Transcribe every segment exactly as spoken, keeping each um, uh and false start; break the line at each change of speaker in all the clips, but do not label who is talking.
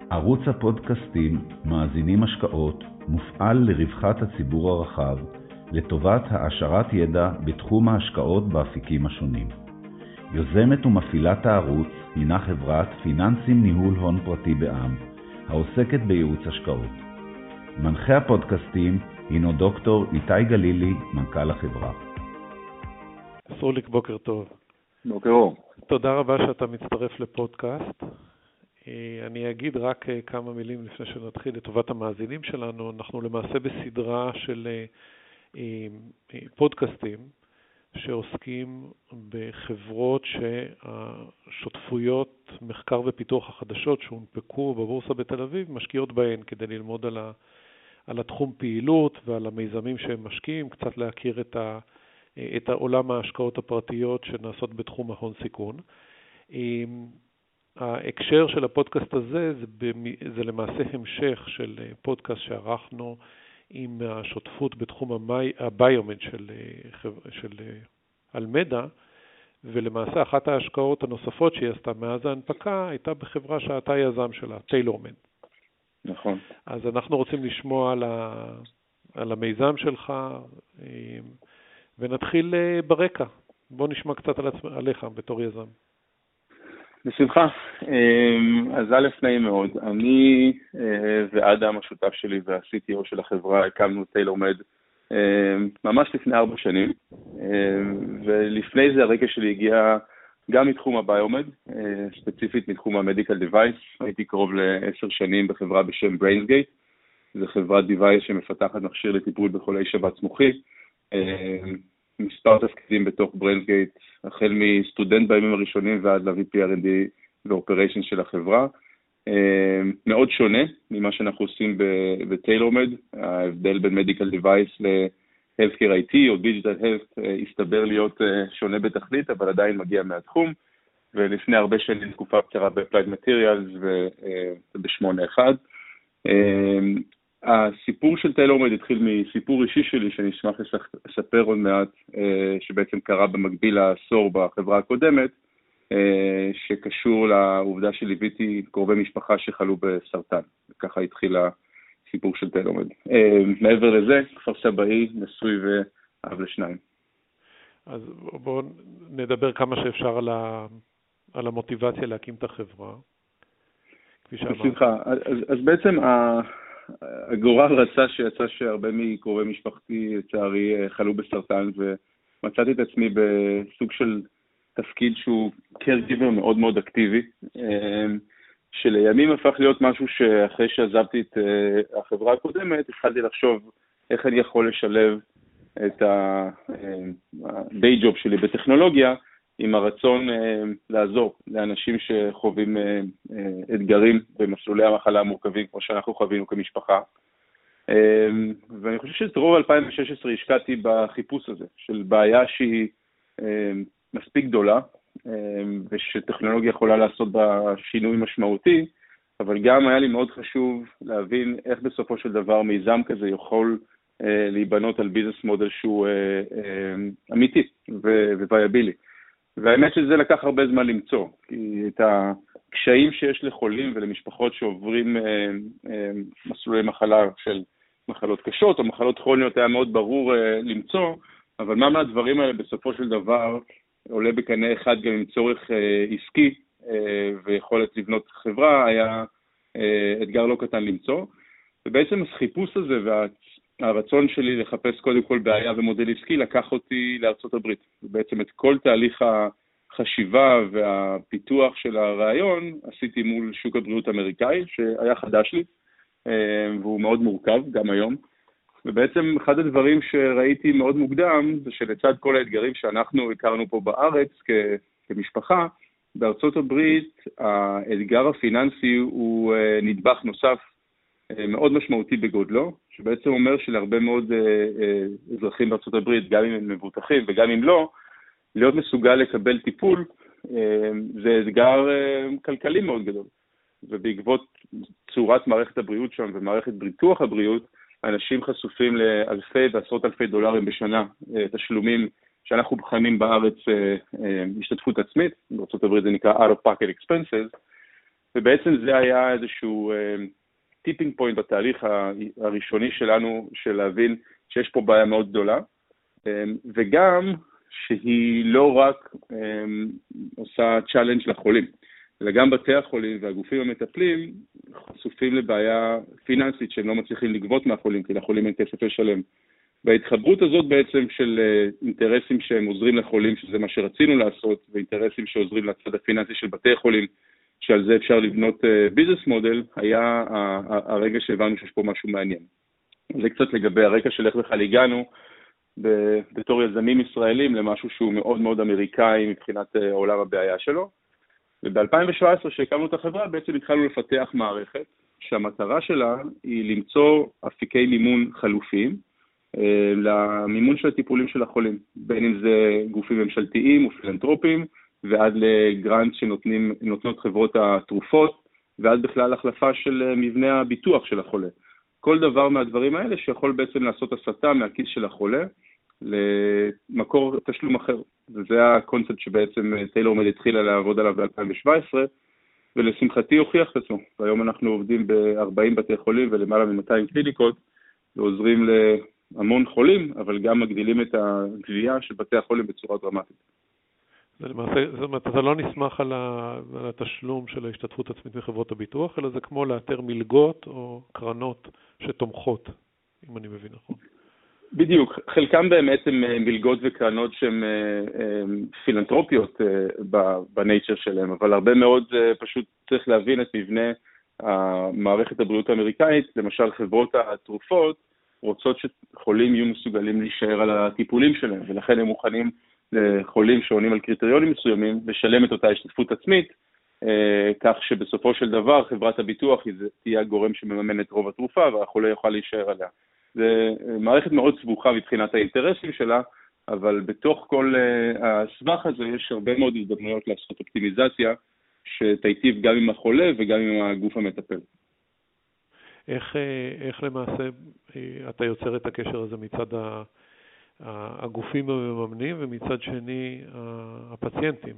ערוץ הפודקאסטים מאזינים השקעות מופעל לרווחת הציבור הרחב, לטובת העשרת ידע בתחום ההשקעות באפיקים השונים. יוזמת ומפעילת הערוץ הינה חברת פיננסים ניהול הון פרטי בע"מ, העוסקת בייעוץ השקעות. מנחה הפודקאסטים הינו דוקטור איתי גלילי, מנכ"ל החברה.
סרוליק, בוקר טוב.
בוקר אור.
תודה רבה שאתה מצטרף לפודקאסט. אני אגיד רק כמה מילים לפני שנתחיל לטובת המאזינים שלנו. אנחנו למעשה בסדרה של פודקאסטים שעוסקים בחברות שהשותפויות מחקר ופיתוח החדשות שהונפקו בבורסה בתל אביב משקיעות בהן, כדי ללמוד על, ה, על התחום פעילות ועל המיזמים שהם משקיעים, קצת להכיר את, ה, את העולם ההשקעות הפרטיות שנעשות בתחום ההון סיכון. ההקשר של הפודקאסט הזה זה, זה למעשה המשך של פודקאסט שערכנו עם השותפות בתחום המי, הביומד של, של אלמדה, ולמעשה אחת ההשקעות הנוספות שהיא עשתה מאז ההנפקה הייתה בחברה שאתה יזם שלה, טיילורמד.
נכון.
אז אנחנו רוצים לשמוע על, ה, על המיזם שלך, ונתחיל ברקע. בוא נשמע קצת על עצמך, עליך בתור יזם.
בשמחה. אז א' נעים מאוד. אני ואדם השותף שלי וה-סי טי או של החברה הקמנו טיילורמד ממש לפני ארבע שנים, ולפני זה הרקע שלי הגיע גם מתחום הביומד, ספציפית מתחום המדיקל דיווייס. הייתי קרוב לעשר שנים בחברה בשם BrainsGate, זו חברת דיווייס שמפתחת מכשיר לטיפול בחולי שבץ מוחי. מספר תפקידים בתוך BrainsGate, החל מסטודנט בימים הראשונים ועד ל-וי פי אר אנד די ו-Operations של החברה. מאוד שונה ממה שאנחנו עושים בטיילורמד. ההבדל בין Medical Device ל-Healthcare איי טי או Digital Health הסתבר להיות שונה בתכלית, אבל עדיין מגיע מהתחום. ולפני הרבה שנים תקופה קצרה ב-Applied Materials וב-שמונה אחד. הסיפור של טיילורמד התחיל מסיפור אישי שלי, שאני אשמח לספר עוד מעט, שבעצם קרה במקביל לעשור בחברה הקודמת, שקשור לעובדה שליוויתי קרובי משפחה שחלו בסרטן. וככה התחיל הסיפור של טיילורמד. מעבר לזה, כפר סבאי, נשוי ואב לשניים.
אז בואו נדבר כמה שאפשר על, ה... על המוטיבציה להקים את החברה.
בשמחה. אז, אז בעצם ה... הגורל רצה שיצא שהרבה מקרובי משפחתי לצערי חלו בסרטן, ומצאתי את עצמי בסוג של תפקיד שהוא caregiver מאוד מאוד אקטיבי, שלימים הפך להיות משהו שאחרי שעזבתי את החברה הקודמת, התחלתי לחשוב איך אני יכול לשלב את ה-day job שלי בטכנולוגיה, עם הרצון לעזור לאנשים שחווים אתגרים במסלולי המחלה המורכבים, כמו שאנחנו חווינו כמשפחה. ואני חושב שאת רוב אלפיים ושש עשרה השקעתי בחיפוש הזה, של בעיה שהיא מספיק גדולה, ושטכנולוגיה יכולה לעשות בה שינוי משמעותי, אבל גם היה לי מאוד חשוב להבין איך בסופו של דבר מיזם כזה יכול להיבנות על ביזנס מודל שהוא אמיתי ווייבילי. והאמת שזה לקח הרבה זמן למצוא, כי את הקשיים שיש לחולים ולמשפחות שעוברים אה, אה, מסלולי מחלה של מחלות קשות או מחלות כרוניות היה מאוד ברור אה, למצוא, אבל מה מהדברים האלה בסופו של דבר עולה בקנה אחד גם עם צורך אה, עסקי אה, ויכולת לבנות חברה, היה אה, אתגר לא קטן למצוא. ובעצם החיפוש הזה והרצון שלי לחפש קודם כל בעיה ומודל עסקי לקח אותי לארצות הברית. ובעצם את כל תהליך החשיבה והפיתוח של הרעיון עשיתי מול שוק הבריאות האמריקאי, שהיה חדש לי, והוא מאוד מורכב גם היום. ובעצם אחד הדברים שראיתי מאוד מוקדם, זה שלצד כל האתגרים שאנחנו הכרנו פה בארץ כמשפחה, בארצות הברית האתגר הפיננסי הוא נדבך נוסף מאוד משמעותי בגודלו, שבעצם אומר שלהרבה מאוד אזרחים בארצות הברית, גם אם הם מבוטחים וגם אם לא, להיות מסוגל לקבל טיפול, זה אתגר כלכלי מאוד גדול. ובעקבות צורת מערכת הבריאות שם ומערכת ביטוח הבריאות, אנשים חשופים לאלפי ועשרות אלפי דולרים בשנה, תשלומים שאנחנו בחנים בארץ השתתפות עצמית, בארצות הברית זה נקרא out of pocket expenses, ובעצם זה היה איזשהו טיפינג פוינט בתהליך הראשוני שלנו, של להבין שיש פה בעיה מאוד גדולה, וגם שהיא לא רק עושה צ'אלנג' לחולים, אלא גם בתי החולים והגופים המטפלים חשופים לבעיה פיננסית שהם לא מצליחים לגבות מהחולים, כי לחולים אין כסף לשלם. וההתחברות הזאת בעצם של אינטרסים שהם עוזרים לחולים, שזה מה שרצינו לעשות, ואינטרסים שעוזרים לצד הפיננסי של בתי החולים, שעל זה אפשר לבנות ביזנס מודל, היה הרגע שהבנו שיש פה משהו מעניין. זה קצת לגבי הרקע של איך בכלל הגענו, בתור יזמים ישראלים, למשהו שהוא מאוד מאוד אמריקאי מבחינת עולם הבעיה שלו. וב-אלפיים שבע עשרה שהקמנו את החברה, בעצם התחלנו לפתח מערכת, שהמטרה שלה היא למצוא אפיקי מימון חלופיים, למימון של הטיפולים של החולים, בין אם זה גופים ממשלתיים ופילנטרופיים, ועד לגרנט שנותנות חברות התרופות, ועד בכלל החלפה של מבנה הביטוח של החולה. כל דבר מהדברים האלה שיכול בעצם לעשות הסטה מהכיס של החולה, למקור תשלום אחר. וזה הקונספט שבעצם טיילורמד התחילה לעבוד עליו ב-אלפיים שבע עשרה, ולשמחתי הוכיח את עצמו. והיום אנחנו עובדים ב-ארבעים בתי חולים ולמעלה מ-מאתיים קליניקות, ועוזרים להמון חולים, אבל גם מגדילים את הגבייה של בתי החולים בצורה דרמטית.
זה למעשה, זאת אומרת, אתה לא נסמך על התשלום של ההשתתפות עצמית מחברות הביטוח, אלא זה כמו לאתר מלגות או קרנות שתומכות, אם אני מבין נכון.
בדיוק, חלקם באמת הם מלגות וקרנות שהן פילנטרופיות בנייצ'ר שלהם, אבל הרבה מאוד פשוט צריך להבין את מבנה מערכת הבריאות האמריקאית. למשל חברות התרופות רוצות שחולים יהיו מסוגלים להישאר על הטיפולים שלהם, ולכן הם מוכנים לחולים שעונים על קריטריונים מסוימים לשלם את אותה השתתפות עצמית, כך שבסופו של דבר חברת הביטוח תהיה הגורם שמממן את רוב התרופה והחולה יוכל להישאר עליה. זה מערכת מאוד סבוכה מבחינת האינטרסים שלה, אבל בתוך כל הסבך הזה יש הרבה מאוד הזדמנויות לעשות אופטימיזציה שתיטיב גם עם החולה וגם עם הגוף המטפל.
איך, איך למעשה אתה יוצר את הקשר הזה מצד הגופים המממנים ומצד שני הפציינטים?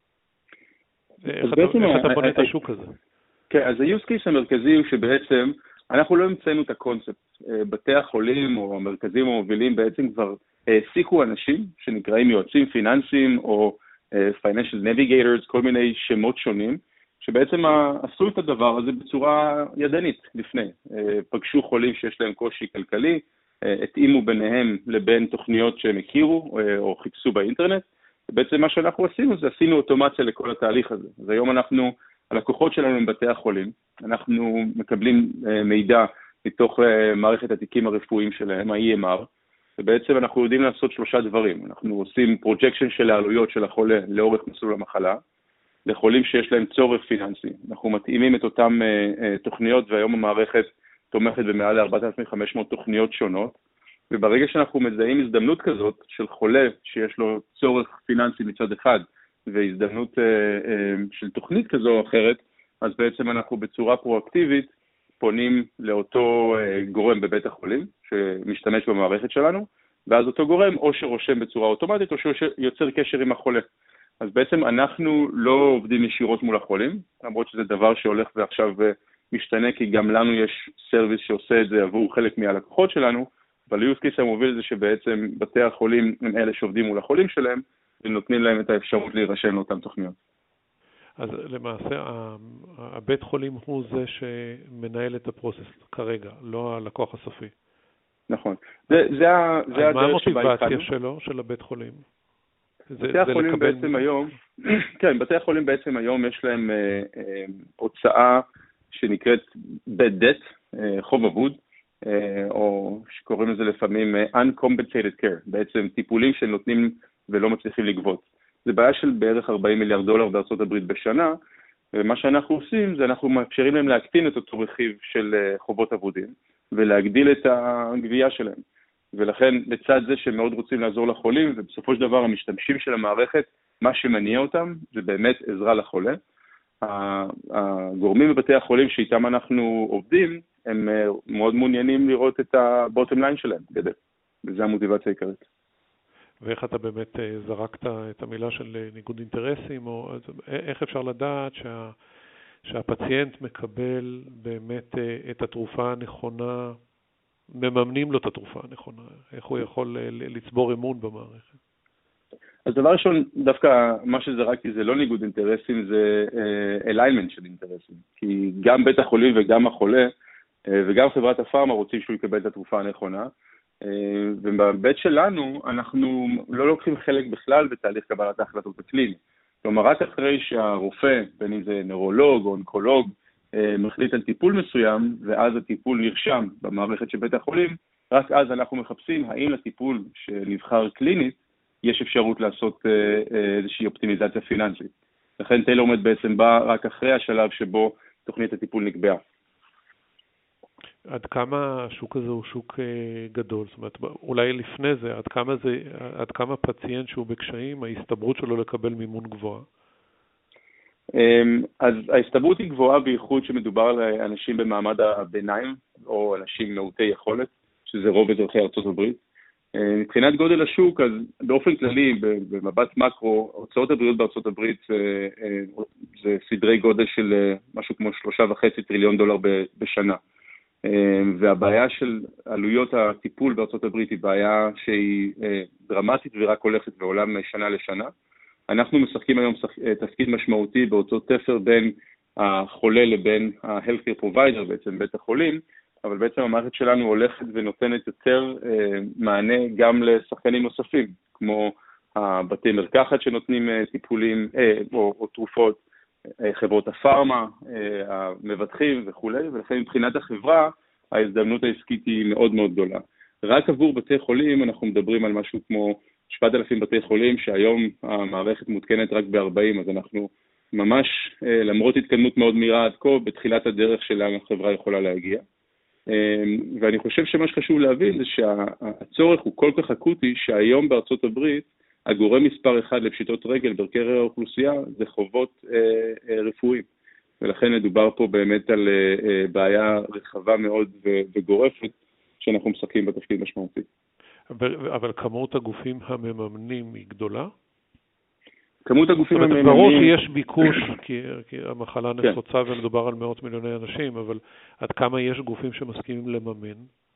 איך אתה, איך אתה בונה את השוק הזה?
כן, אז ה-use case המרכזי הוא שבעצם אנחנו לא המצאנו את הקונספט. בתי החולים או המרכזים המובילים בעצם כבר העסיקו אנשים שנקראים יועצים פיננסיים או financial navigators, כל מיני שמות שונים, שבעצם עשו את הדבר הזה בצורה ידנית לפני. פגשו חולים שיש להם קושי כלכלי, התאימו ביניהם לבין תוכניות שהם הכירו או חיפשו באינטרנט. בעצם מה שאנחנו עשינו זה עשינו אוטומציה לכל התהליך הזה. אז היום אנחנו, הלקוחות שלנו הם בתי החולים, אנחנו מקבלים מידע מתוך מערכת התיקים הרפואיים שלהם, ה-אי אם אר, ובעצם אנחנו יודעים לעשות שלושה דברים. אנחנו עושים פרוג'קשן של העלויות של החולה לאורך מסלול המחלה, לחולים שיש להם צורך פיננסי. אנחנו מתאימים את אותם תוכניות, והיום המערכת תומכת במעל ל-ארבעת אלפים וחמש מאות תוכניות שונות, וברגע שאנחנו מזהים הזדמנות כזאת של חולה שיש לו צורך פיננסי מצד אחד, והזדמנות של תוכנית כזו או אחרת, אז בעצם אנחנו בצורה פרואקטיבית פונים לאותו גורם בבית החולים שמשתמש במערכת שלנו, ואז אותו גורם או שרושם בצורה אוטומטית או שיוצר קשר עם החולה. אז בעצם אנחנו לא עובדים ישירות מול החולים, למרות שזה דבר שהולך ועכשיו משתנה, כי גם לנו יש סרוויס שעושה את זה עבור חלק מהלקוחות שלנו, אבל ה-use case המוביל זה שבעצם בתי החולים הם אלה שעובדים מול החולים שלהם, ונותנים להם את האפשרות להירשם לאותן תוכניות.
אז למעשה, הבית חולים הוא זה שמנהל את הפרוסס כרגע, לא הלקוח הסופי.
נכון. זה, זה, זה
מה המוטיבציה שלו, של הבית חולים?
בתי החולים בעצם היום, כן, בתי החולים בעצם היום יש להם אה, אה, הוצאה שנקראת bad debt, אה, חוב אבוד, אה, או שקוראים לזה לפעמים אה, uncompensated care, בעצם טיפולים שנותנים ולא מצליחים לגבות. זה בעיה של בערך ארבעים מיליארד דולר בארצות הברית בשנה, ומה שאנחנו עושים זה אנחנו מאפשרים להם להקטין את אותו רכיב של אה, חובות אבודים, ולהגדיל את הגבייה שלהם. ולכן לצד זה שמאוד רוצים לעזור לחולים, ובסופו של דבר המשתמשים של המערכת, מה שמניע אותם זה באמת עזרה לחולה. הגורמים בבתי החולים שאיתם אנחנו עובדים, הם מאוד מעוניינים לראות את ה-bottom line שלהם גדל, וזו המוטיבציה העיקרית.
ואיך אתה באמת זרקת את המילה של ניגוד אינטרסים, או איך אפשר לדעת שה... שהפציינט מקבל באמת את התרופה הנכונה, מממנים לו את התרופה הנכונה, איך הוא יכול לצבור אמון במערכת?
אז דבר ראשון, דווקא מה שזרקתי זה לא ניגוד אינטרסים, זה alignment של אינטרסים. כי גם בית החולים וגם החולה, וגם חברת הפארמה רוצים שהוא יקבל את התרופה הנכונה. ובבית שלנו, אנחנו לא לוקחים חלק בכלל בתהליך קבלת ההחלטות הקליני. כלומר, רק אחרי שהרופא, בין אם זה נוירולוג או אונקולוג, מחליט על טיפול מסוים, ואז הטיפול נרשם במערכת של בית החולים, רק אז אנחנו מחפשים האם לטיפול שנבחר קלינית, יש אפשרות לעשות איזושהי אופטימיזציה פיננסית. לכן טיילורמד בעצם בא רק אחרי השלב שבו תוכנית הטיפול נקבעה.
עד כמה השוק הזה הוא שוק גדול? זאת אומרת, אולי לפני זה, עד כמה זה, עד כמה פציינט שהוא בקשיים, ההסתברות שלו לקבל מימון גבוהה?
אז ההסתברות היא גבוהה בייחוד שמדובר על אנשים במעמד הביניים, או אנשים מעוטי יכולת, שזה רוב אזרחי ארצות הברית. מבחינת גודל השוק, אז באופן כללי, במבט מקרו, הוצאות הבריאות בארצות הברית זה, זה סדרי גודל של משהו כמו שלושה וחצי טריליון דולר בשנה. והבעיה של עלויות הטיפול בארצות הברית היא בעיה שהיא דרמטית ורק הולכת ועולה משנה לשנה. אנחנו משחקים היום תפקיד משמעותי באותו תפר בין החולה לבין ה-healthcare provider, בעצם בית החולים, אבל בעצם המערכת שלנו הולכת ונותנת יותר מענה גם לשחקנים נוספים, כמו הבתי מרקחת שנותנים טיפולים או, או תרופות, חברות הפארמה, המבטחים וכו'. ולכן מבחינת החברה, ההזדמנות העסקית היא מאוד מאוד גדולה. רק עבור בתי חולים אנחנו מדברים על משהו כמו שבעת אלפים בתי חולים, שהיום המערכת מותקנת רק ב-ארבעים, אז אנחנו ממש, למרות התקדמות מאוד מהירה עד כה, בתחילת הדרך שלנו החברה יכולה להגיע. ואני חושב שמה שחשוב להבין זה שהצורך הוא כל כך אקוטי, שהיום בארצות הברית, הגורם מספר אחד לפשיטות רגל בקרב האוכלוסייה זה חובות רפואיים. ולכן מדובר פה באמת על בעיה רחבה מאוד וגורפת, שאנחנו משחקים בתפקיד משמעותי.
אבל, אבל כמות הגופים המממנים היא גדולה?
כמות הגופים המממנים...
ברור שיש ביקוש, כי, כי המחלה נפוצה כן. ומדובר על מאות מיליוני אנשים, אבל עד כמה יש גופים שמסכימים לממן?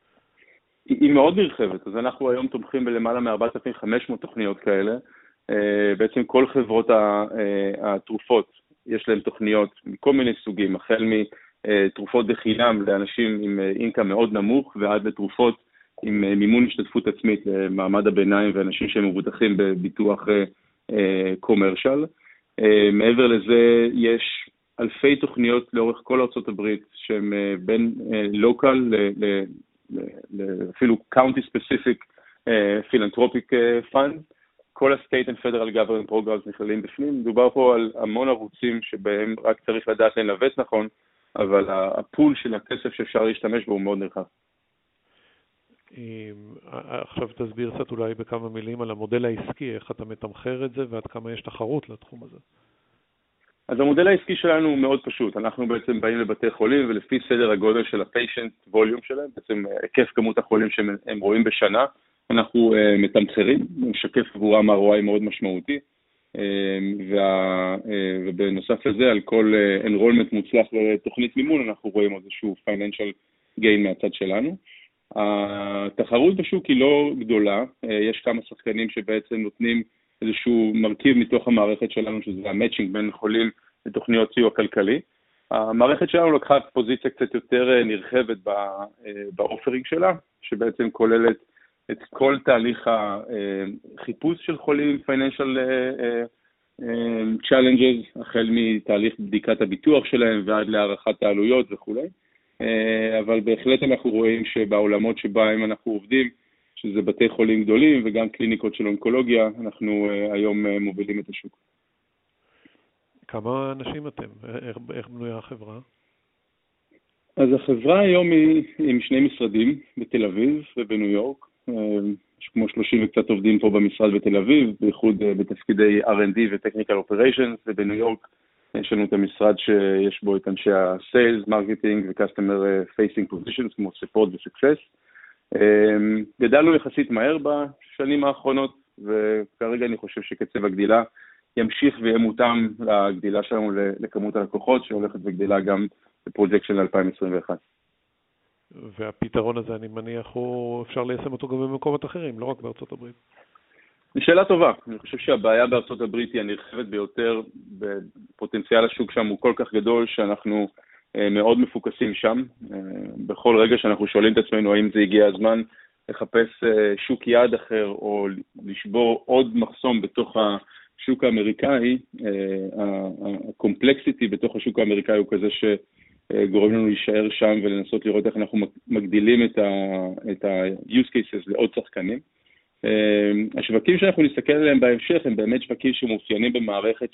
היא, היא מאוד נרחבת, אז אנחנו היום תומכים בלמעלה מ-ארבעת אלפים וחמש מאות תוכניות כאלה. בעצם כל חברות התרופות, יש להן תוכניות מכל מיני סוגים, החל מתרופות בחינם לאנשים עם אינקם מאוד נמוך, ועד לתרופות עם מימון השתתפות עצמית למעמד הביניים ואנשים שהם מבוטחים בביטוח קומרשל. מעבר לזה יש אלפי תוכניות לאורך כל ארצות הברית שהן בין לוקל אפילו county specific philanthropic fund. כל ה-state and federal government programs נכללים בפנים. מדובר פה על המון ערוצים שבהם רק צריך לדעת לנווט נכון, אבל הפול של הכסף שאפשר להשתמש בו הוא מאוד נרחב.
עכשיו תסביר קצת אולי בכמה מילים על המודל העסקי, איך אתה מתמחר את זה ועד כמה יש תחרות לתחום הזה.
אז המודל העסקי שלנו הוא מאוד פשוט. אנחנו בעצם באים לבתי חולים ולפי סדר הגודל של ה-patient volume שלהם, בעצם היקף כמות החולים שהם רואים בשנה, אנחנו uh, מתמחרים, משקף עבורם אר או איי מאוד משמעותי, uh, וה, uh, ובנוסף לזה, על כל uh, enrollment מוצלח לתוכנית מימון, אנחנו רואים איזשהו financial gain מהצד שלנו. התחרות בשוק היא לא גדולה, uh, יש כמה שחקנים שבעצם נותנים איזשהו מרכיב מתוך המערכת שלנו, שזה המאצ'ינג בין חולים לתוכניות סיוע כלכלי. המערכת שלנו לקחה פוזיציה קצת יותר נרחבת באופרינג שלה, שבעצם כוללת את כל תהליך החיפוש של חולים, financial challenges, החל מתהליך בדיקת הביטוח שלהם ועד להערכת העלויות וכו'. אבל בהחלט אנחנו רואים שבעולמות שבהם אנחנו עובדים, שזה בתי חולים גדולים וגם קליניקות של אונקולוגיה, אנחנו היום מובילים את השוק.
כמה אנשים אתם? איך, איך בנויה החברה?
אז החברה היום היא עם שני משרדים, בתל אביב ובניו יורק. יש כמו שלושים וקצת עובדים פה במשרד בתל אביב, בייחוד בתפקידי אר אנד די ו-Technical Operations, ובניו יורק יש לנו את המשרד שיש בו את אנשי ה-Sales, Marketing ו-Customer Facing Positions, כמו Support ו-Success. גדלנו יחסית מהר בשנים האחרונות, וכרגע אני חושב שקצב הגדילה ימשיך ויהיה מותאם לגדילה שלנו לכמות הלקוחות, שהולכת וגדילה גם בפרויקט של אלפיים עשרים ואחת.
והפתרון הזה, אני מניח, הוא אפשר ליישם אותו גם במקומות אחרים, לא רק בארצות הברית.
שאלה טובה. אני חושב שהבעיה בארצות הברית היא הנרחבת ביותר, בפוטנציאל השוק שם הוא כל כך גדול שאנחנו מאוד מפוקסים שם. בכל רגע שאנחנו שואלים את עצמנו האם זה הגיע הזמן לחפש שוק יעד אחר או לשבור עוד מחסום בתוך השוק האמריקאי, הקומפלקסיטי בתוך השוק האמריקאי הוא כזה שגורם לנו להישאר שם ולנסות לראות איך אנחנו מגדילים את ה-use cases לעוד שחקנים. השווקים שאנחנו נסתכל עליהם בהמשך הם באמת שווקים שמאופיינים במערכת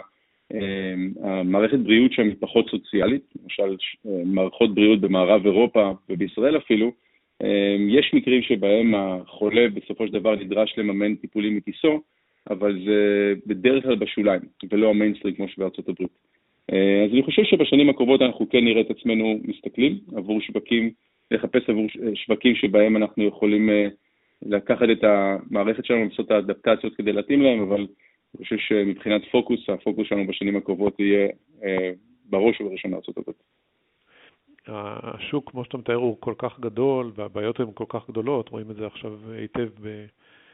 שהמערכת בריאות שם היא פחות סוציאלית, למשל מערכות בריאות במערב אירופה ובישראל אפילו, יש מקרים שבהם החולה בסופו של דבר נדרש לממן טיפולים מכיסו, אבל זה בדרך כלל בשוליים ולא המיינסטרים כמו שבארצות הברית. אז אני חושב שבשנים הקרובות אנחנו כן נראה את עצמנו מסתכלים עבור שווקים, לחפש עבור שווקים שבהם אנחנו יכולים לקחת את המערכת שלנו ולעשות את האדפטציות כדי להתאים להם, אבל אני חושב שמבחינת פוקוס, הפוקוס שלנו בשנים הקרובות יהיה אה, בראש ובראשונה ארצות הברית.
השוק, כמו שאתה מתאר, הוא כל כך גדול, והבעיות הן כל כך גדולות, רואים את זה עכשיו היטב ב...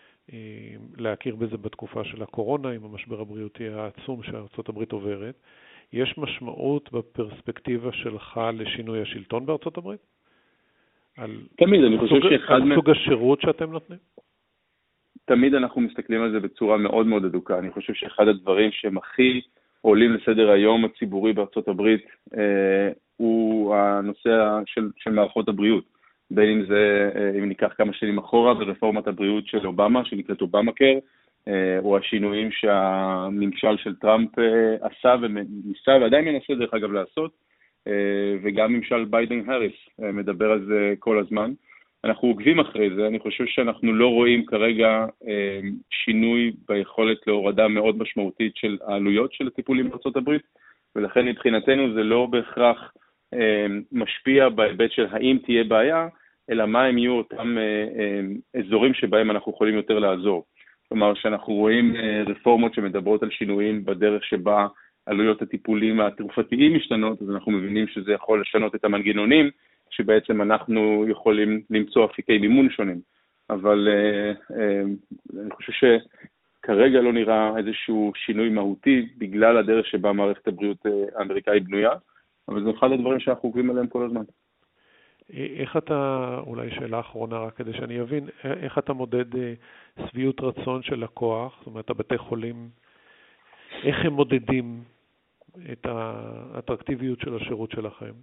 להכיר בזה בתקופה של הקורונה, עם המשבר הבריאותי העצום שארצות הברית עוברת. יש משמעות בפרספקטיבה שלך לשינוי השלטון בארצות הברית? על
תמיד, אני חושב שאחד...
על סוג השירות שאתם נותנים?
תמיד אנחנו מסתכלים על זה בצורה מאוד מאוד אדוקה. אני חושב שאחד הדברים שהם הכי עולים לסדר היום הציבורי בארצות הברית, אה, הוא הנושא של, של מערכות הבריאות. בין אם זה, אה, אם ניקח כמה שנים אחורה, ברפורמת הבריאות של אובמה, שנקראת אובמה קר, אה, או השינויים שהממשל של טראמפ אה, עשה וניסה, ועדיין מנסה דרך אגב לעשות, וגם ממשל ביידן האריס מדבר על זה כל הזמן. אנחנו עוקבים אחרי זה, אני חושב שאנחנו לא רואים כרגע שינוי ביכולת להורדה מאוד משמעותית של העלויות של הטיפולים בארצות הברית, ולכן מבחינתנו זה לא בהכרח משפיע בהיבט של האם תהיה בעיה, אלא מה הם יהיו אותם אזורים שבהם אנחנו יכולים יותר לעזור. כלומר, שאנחנו רואים רפורמות שמדברות על שינויים בדרך שבה עלויות הטיפולים התרופתיים משתנות, אז אנחנו מבינים שזה יכול לשנות את המנגנונים, שבעצם אנחנו יכולים למצוא אפיקי מימון שונים. אבל אה, אה, אני חושב שכרגע לא נראה איזשהו שינוי מהותי, בגלל הדרך שבה מערכת הבריאות האמריקאית בנויה, אבל זה אחד הדברים שאנחנו עוקבים עליהם כל הזמן.
איך אתה, אולי שאלה אחרונה רק כדי שאני אבין, איך אתה מודד שביעות רצון של לקוח, זאת אומרת, הבתי חולים, איך הם מודדים את האטרקטיביות של השירות שלכם?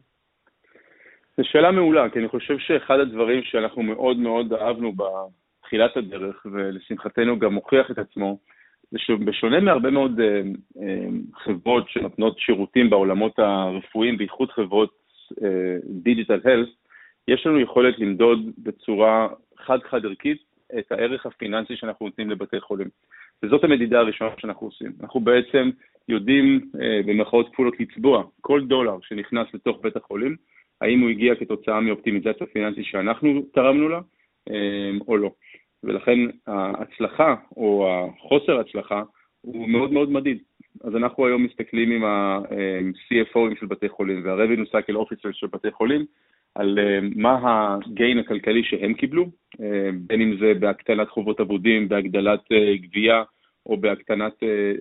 זו שאלה מעולה, כי אני חושב שאחד הדברים שאנחנו מאוד מאוד אהבנו בתחילת הדרך, ולשמחתנו גם מוכיח את עצמו, זה שבשונה מהרבה מאוד אה, אה, חברות שנותנות שירותים בעולמות הרפואיים, בייחוד חברות דיגיטל אה, הלס, יש לנו יכולת למדוד בצורה חד-חד ערכית את הערך הפיננסי שאנחנו נותנים לבתי חולים. וזאת המדידה הראשונה שאנחנו עושים. אנחנו בעצם יודעים אה, במרכאות כפולות לצבוע כל דולר שנכנס לתוך בית החולים, האם הוא הגיע כתוצאה מאופטימיזציה פיננסית שאנחנו תרמנו לה אה, או לא. ולכן ההצלחה או החוסר ההצלחה הוא מאוד מאוד מדיד. אז אנחנו היום מסתכלים עם ה-סי אף או של בתי חולים וה-Revenue Cycle Officers של בתי חולים, על מה הגיין הכלכלי שהם קיבלו, בין אם זה בהקטנת חובות עבודים, בהגדלת גבייה, או בהקטנת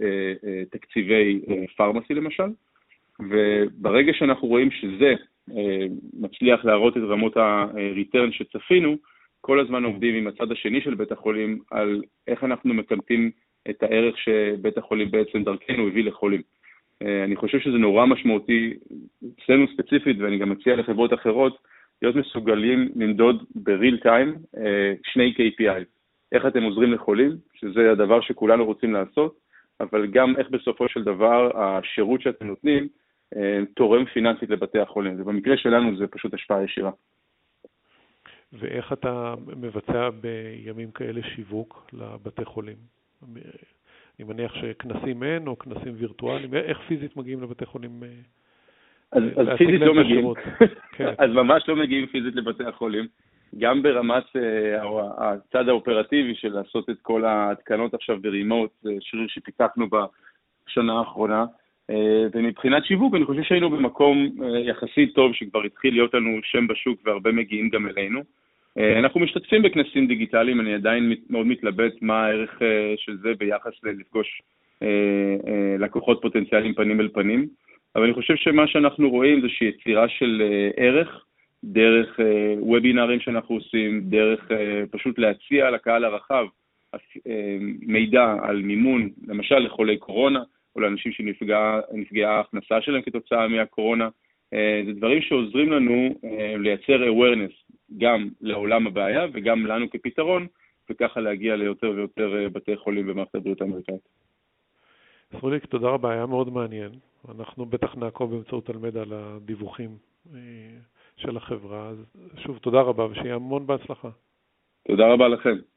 תקציבי פארמסי למשל. וברגע שאנחנו רואים שזה מצליח להראות את רמות ה-return שצפינו, כל הזמן עובדים עם הצד השני של בית החולים על איך אנחנו מקמטים את הערך שבית החולים בעצם דרכנו הביא לחולים. אני חושב שזה נורא משמעותי, אצלנו ספציפית, ואני גם מציע לחברות אחרות, להיות מסוגלים למדוד בריל טיים שני קיי פי איי. איך אתם עוזרים לחולים, שזה הדבר שכולנו רוצים לעשות, אבל גם איך בסופו של דבר השירות שאתם נותנים תורם פיננסית לבתי החולים. ובמקרה שלנו זה פשוט השפעה ישירה.
ואיך אתה מבצע בימים כאלה שיווק לבתי חולים? אני מניח שכנסים אין או כנסים וירטואליים, איך פיזית מגיעים לבתי חולים?
אז, אז פיזית לא מגיעים, כן. אז ממש לא מגיעים פיזית לבתי החולים, גם ברמת uh, הצד האופרטיבי של לעשות את כל ההתקנות עכשיו ברימוט, שריר שפיתחנו בשנה האחרונה, ומבחינת שיווק אני חושב שהיינו במקום יחסית טוב, שכבר התחיל להיות לנו שם בשוק והרבה מגיעים גם אלינו. אנחנו משתתפים בכנסים דיגיטליים, אני עדיין מאוד מתלבט מה הערך של זה ביחס לפגוש לקוחות פוטנציאליים פנים אל פנים, אבל אני חושב שמה שאנחנו רואים זה שיצירה של ערך, דרך וובינרים שאנחנו עושים, דרך פשוט להציע לקהל הרחב מידע על מימון, למשל לחולי קורונה, או לאנשים שנפגעה ההכנסה שלהם כתוצאה מהקורונה, זה דברים שעוזרים לנו לייצר awareness גם לעולם הבעיה וגם לנו כפתרון, וככה להגיע ליותר ויותר בתי חולים במערכת הבריאות האמריקאית.
סרוליק, תודה רבה, היה מאוד מעניין. אנחנו בטח נעקוב באמצעות אלמדה על הדיווחים של החברה. אז שוב, תודה רבה ושיהיה המון בהצלחה.
תודה רבה לכם.